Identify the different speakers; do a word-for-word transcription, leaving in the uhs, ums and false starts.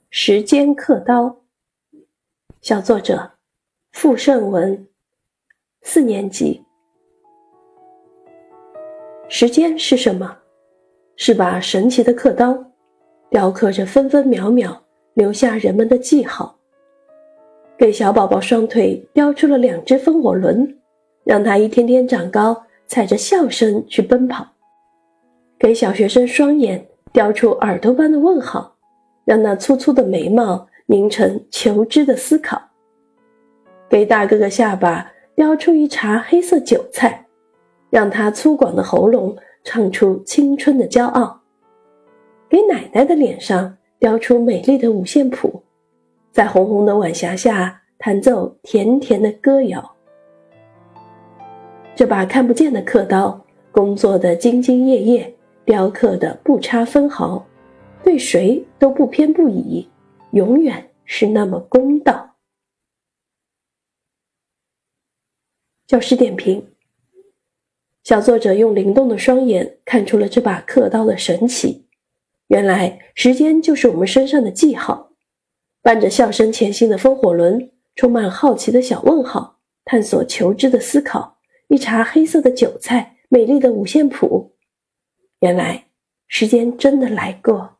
Speaker 1: 时间刻刀，小作者傅盛文，四年级。时间是什么？是把神奇的刻刀，雕刻着分分秒秒，留下人们的记号。给小宝宝双腿雕出了两只风火轮，让他一天天长高，踩着笑声去奔跑。给小学生双眼雕出耳朵般的问号，让那粗粗的眉毛凝成求知的思考。给大哥哥下巴雕出一茬黑色韭菜，让他粗犷的喉咙唱出青春的骄傲。给奶奶的脸上雕出美丽的五线谱，在红红的晚霞下弹奏甜甜的歌谣。这把看不见的刻刀，工作的兢兢业业，雕刻的不差分毫，对谁都不偏不倚，永远是那么公道。教师点评：小作者用灵动的双眼看出了这把刻刀的神奇。原来时间就是我们身上的记号，伴着笑声前行的风火轮，充满好奇的小问号，探索求知的思考，一茬黑色的韭菜，美丽的五线谱。原来时间真的来过。